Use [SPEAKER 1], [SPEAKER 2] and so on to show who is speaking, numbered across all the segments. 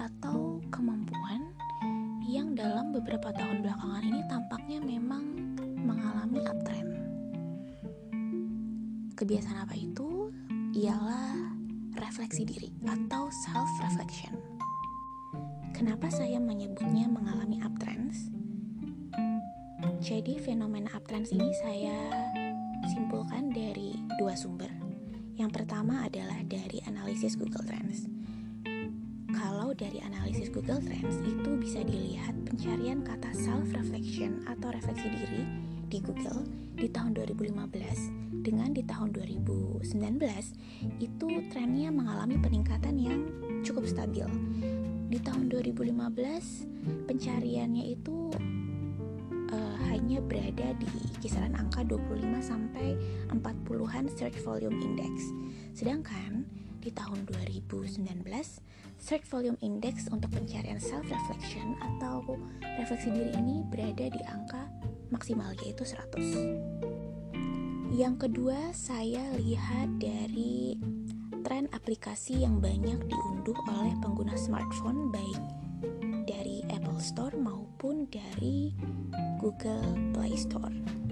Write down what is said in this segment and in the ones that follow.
[SPEAKER 1] atau kemampuan yang dalam beberapa tahun belakangan ini tampaknya memang mengalami uptrend. Kebiasaan apa itu? Ialah refleksi diri atau self-reflection. Kenapa saya menyebutnya mengalami uptrends? Jadi fenomena uptrends ini saya simpulkan dari dua sumber. Yang pertama adalah dari analisis Google Trends. Kalau dari analisis Google Trends itu bisa dilihat pencarian kata self-reflection atau refleksi diri di Google di tahun 2015 dengan di tahun 2019 itu trennya mengalami peningkatan yang cukup stabil. Di tahun 2015 pencariannya itu hanya berada di kisaran angka 25 sampai 40-an search volume index. Sedangkan di tahun 2019 search volume index untuk pencarian self-reflection atau refleksi diri ini berada di angka maksimal yaitu 100. Yang kedua, saya lihat dari tren aplikasi yang banyak diunduh oleh pengguna smartphone baik dari Apple Store maupun dari Google Play Store.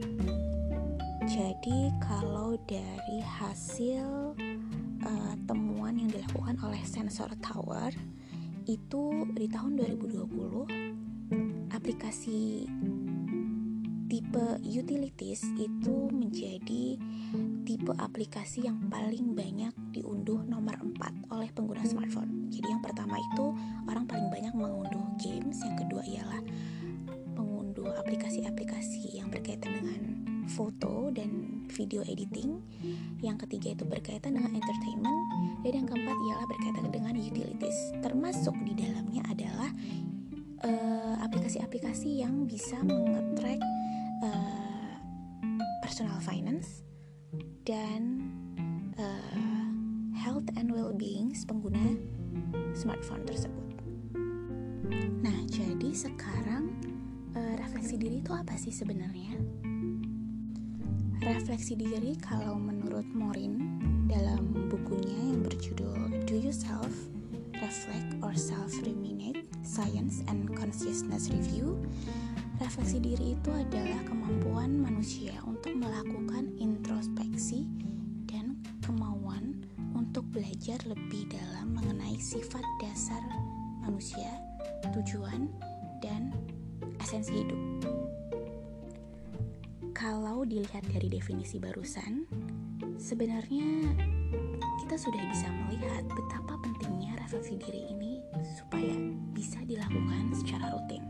[SPEAKER 1] Jadi kalau dari hasil temuan yang dilakukan oleh Sensor Tower itu di tahun 2020 aplikasi tipe utilities itu menjadi tipe aplikasi yang paling banyak diunduh nomor 4 oleh pengguna smartphone. Jadi yang pertama itu orang paling banyak mengunduh games, yang kedua ialah mengunduh aplikasi-aplikasi yang berkaitan dengan foto dan video editing, yang ketiga itu berkaitan dengan entertainment, dan yang keempat ialah berkaitan dengan utilities. Termasuk di dalamnya adalah aplikasi-aplikasi yang bisa mengetrack personal finance dan health and well-being pengguna smartphone tersebut. Nah, jadi sekarang refleksi diri itu apa sih sebenarnya? Refleksi diri kalau menurut Morin dalam bukunya yang berjudul Do You Self-Reflect or Self-Ruminate? Science and Consciousness Review. Refleksi diri itu adalah kemampuan manusia untuk melakukan introspeksi dan kemauan untuk belajar lebih dalam mengenai sifat dasar manusia, tujuan, dan esensi hidup. Kalau dilihat dari definisi barusan, sebenarnya kita sudah bisa melihat betapa pentingnya refleksi diri ini supaya bisa dilakukan secara rutin.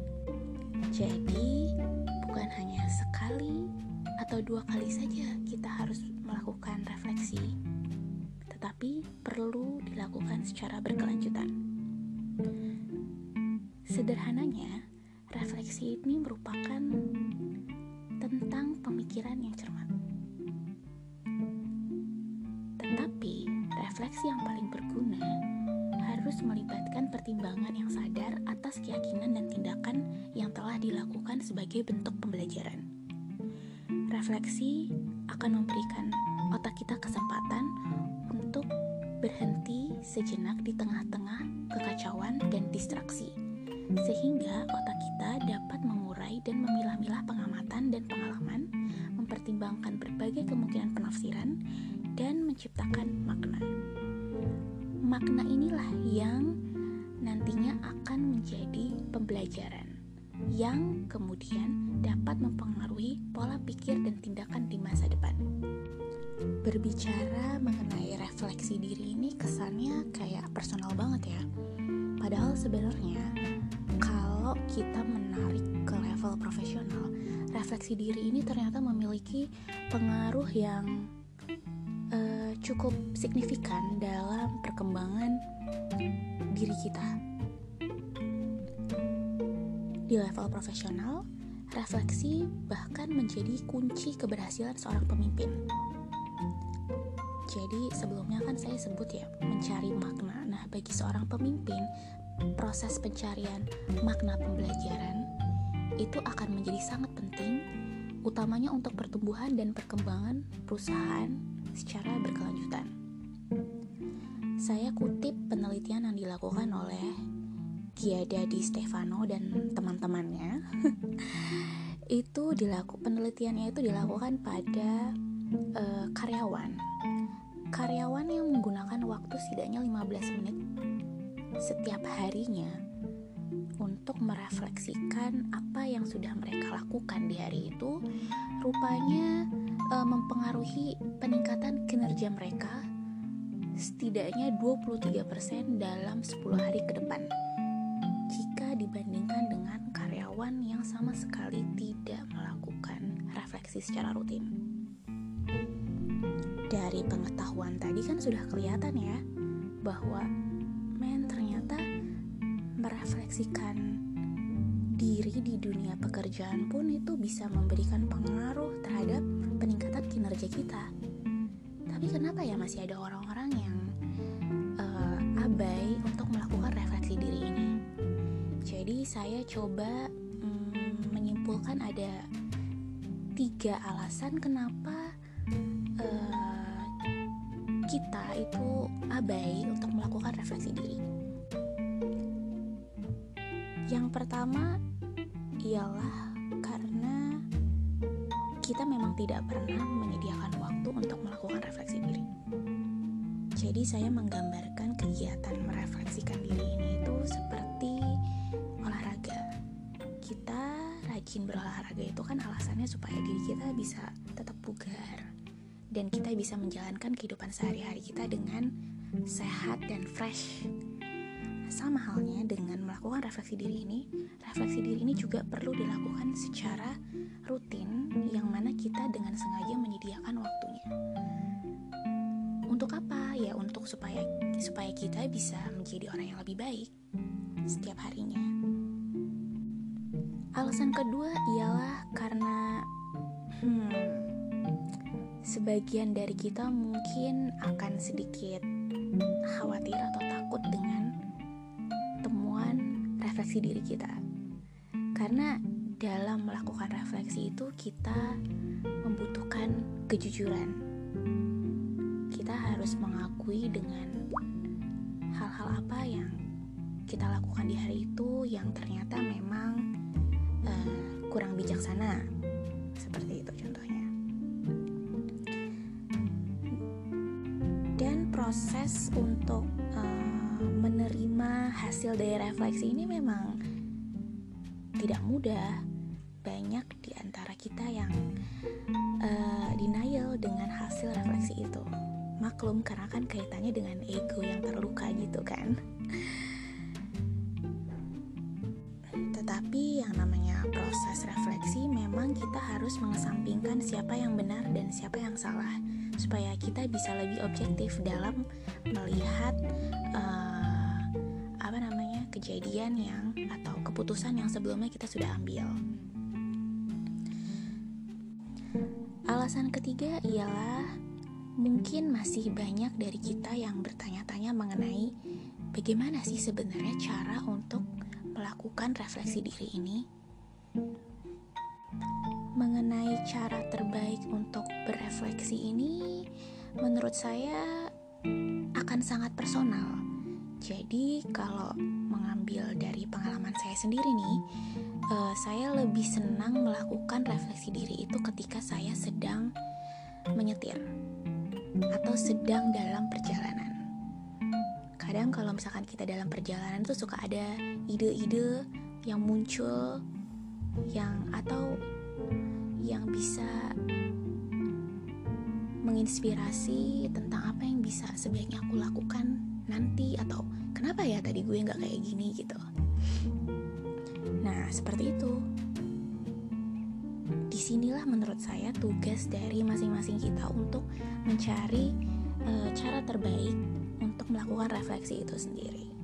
[SPEAKER 1] Jadi, bukan hanya sekali atau 2 kali saja kita harus melakukan refleksi, tetapi perlu dilakukan secara berkelanjutan. Sederhananya, refleksi ini merupakan tentang pemikiran yang cermat. Tetapi, refleksi yang paling berguna harus melibatkan pertimbangan yang sadar atas keyakinan dan tindakan yang telah dilakukan sebagai bentuk pembelajaran. Refleksi akan memberikan otak kita kesempatan untuk berhenti sejenak di tengah-tengah kekacauan dan distraksi, sehingga otak kita dapat mengurai dan memilah-milah pengamatan dan pengalaman, mempertimbangkan berbagai kemungkinan penafsiran, dan menciptakan makna. Makna inilah yang nantinya akan menjadi pembelajaran yang kemudian dapat mempengaruhi pola pikir dan tindakan di masa depan. Berbicara mengenai refleksi diri ini kesannya kayak personal banget ya. Padahal sebenarnya kalau kita menarik ke level profesional, refleksi diri ini ternyata memiliki pengaruh yang cukup signifikan dalam perkembangan diri kita. Di level profesional, refleksi bahkan menjadi kunci keberhasilan seorang pemimpin. Jadi sebelumnya kan saya sebut ya, mencari makna. Nah, bagi seorang pemimpin, proses pencarian makna pembelajaran itu akan menjadi sangat penting, utamanya untuk pertumbuhan dan perkembangan perusahaan secara berkelanjutan. Saya kutip penelitian yang dilakukan oleh Giada Di Stefano dan teman-temannya. Penelitiannya itu dilakukan pada karyawan yang menggunakan waktu setidaknya 15 menit setiap harinya untuk merefleksikan apa yang sudah mereka lakukan di hari itu, rupanya mempengaruhi peningkatan kinerja mereka setidaknya 23% dalam 10 hari ke depan jika dibandingkan dengan karyawan yang sama sekali tidak melakukan refleksi secara rutin. Dari pengetahuan tadi kan sudah kelihatan ya bahwa ternyata merefleksikan diri di dunia pekerjaan pun itu bisa memberikan pengaruh terhadap peningkatan kinerja kita. Tapi kenapa ya masih ada orang-orang yang abai untuk melakukan refleksi diri ini? Jadi saya coba menyimpulkan ada 3 alasan kenapa kita itu abai untuk melakukan refleksi diri. Yang pertama ialah karena kita memang tidak pernah menyediakan waktu untuk melakukan refleksi diri. Jadi saya menggambarkan kegiatan merefleksikan diri ini itu seperti olahraga. Kita rajin berolahraga itu kan alasannya supaya diri kita bisa tetap bugar dan kita bisa menjalankan kehidupan sehari-hari kita dengan sehat dan fresh. Sama halnya dengan melakukan refleksi diri ini juga perlu dilakukan secara rutin, yang mana kita dengan sengaja menyediakan waktunya. Untuk apa? Ya untuk supaya kita bisa menjadi orang yang lebih baik setiap harinya. Alasan kedua ialah karena sebagian dari kita mungkin akan sedikit khawatir atau takut dengan temuan refleksi diri kita. Karena dalam melakukan refleksi itu kita membutuhkan kejujuran. Kita harus mengakui dengan hal-hal apa yang kita lakukan di hari itu yang ternyata memang kurang bijaksana. Seperti itu contohnya. Dan proses untuk menerima hasil dari refleksi ini memang tidak mudah. Banyak di antara kita yang denial dengan hasil refleksi itu. Maklum, karena kan kaitannya dengan ego yang terluka gitu kan. Tetapi yang namanya proses refleksi memang kita harus mengesampingkan siapa yang benar dan siapa yang salah, supaya kita bisa lebih objektif dalam melihat kejadian atau keputusan yang sebelumnya kita sudah ambil. Alasan ketiga ialah mungkin masih banyak dari kita yang bertanya-tanya mengenai bagaimana sih sebenarnya cara untuk melakukan refleksi diri ini. Mengenai cara terbaik untuk berefleksi ini, menurut saya akan sangat personal. Jadi kalau mengambil dari pengalaman saya sendiri nih, saya lebih senang melakukan refleksi diri itu ketika saya sedang menyetir atau sedang dalam perjalanan. Kadang kalau misalkan kita dalam perjalanan tuh suka ada ide-ide yang muncul atau yang bisa menginspirasi tentang apa yang bisa sebaiknya aku lakukan nanti, atau kenapa ya tadi gue gak kayak gini gitu. Nah seperti itu. Disinilah menurut saya tugas dari masing-masing kita untuk mencari cara terbaik untuk melakukan refleksi itu sendiri.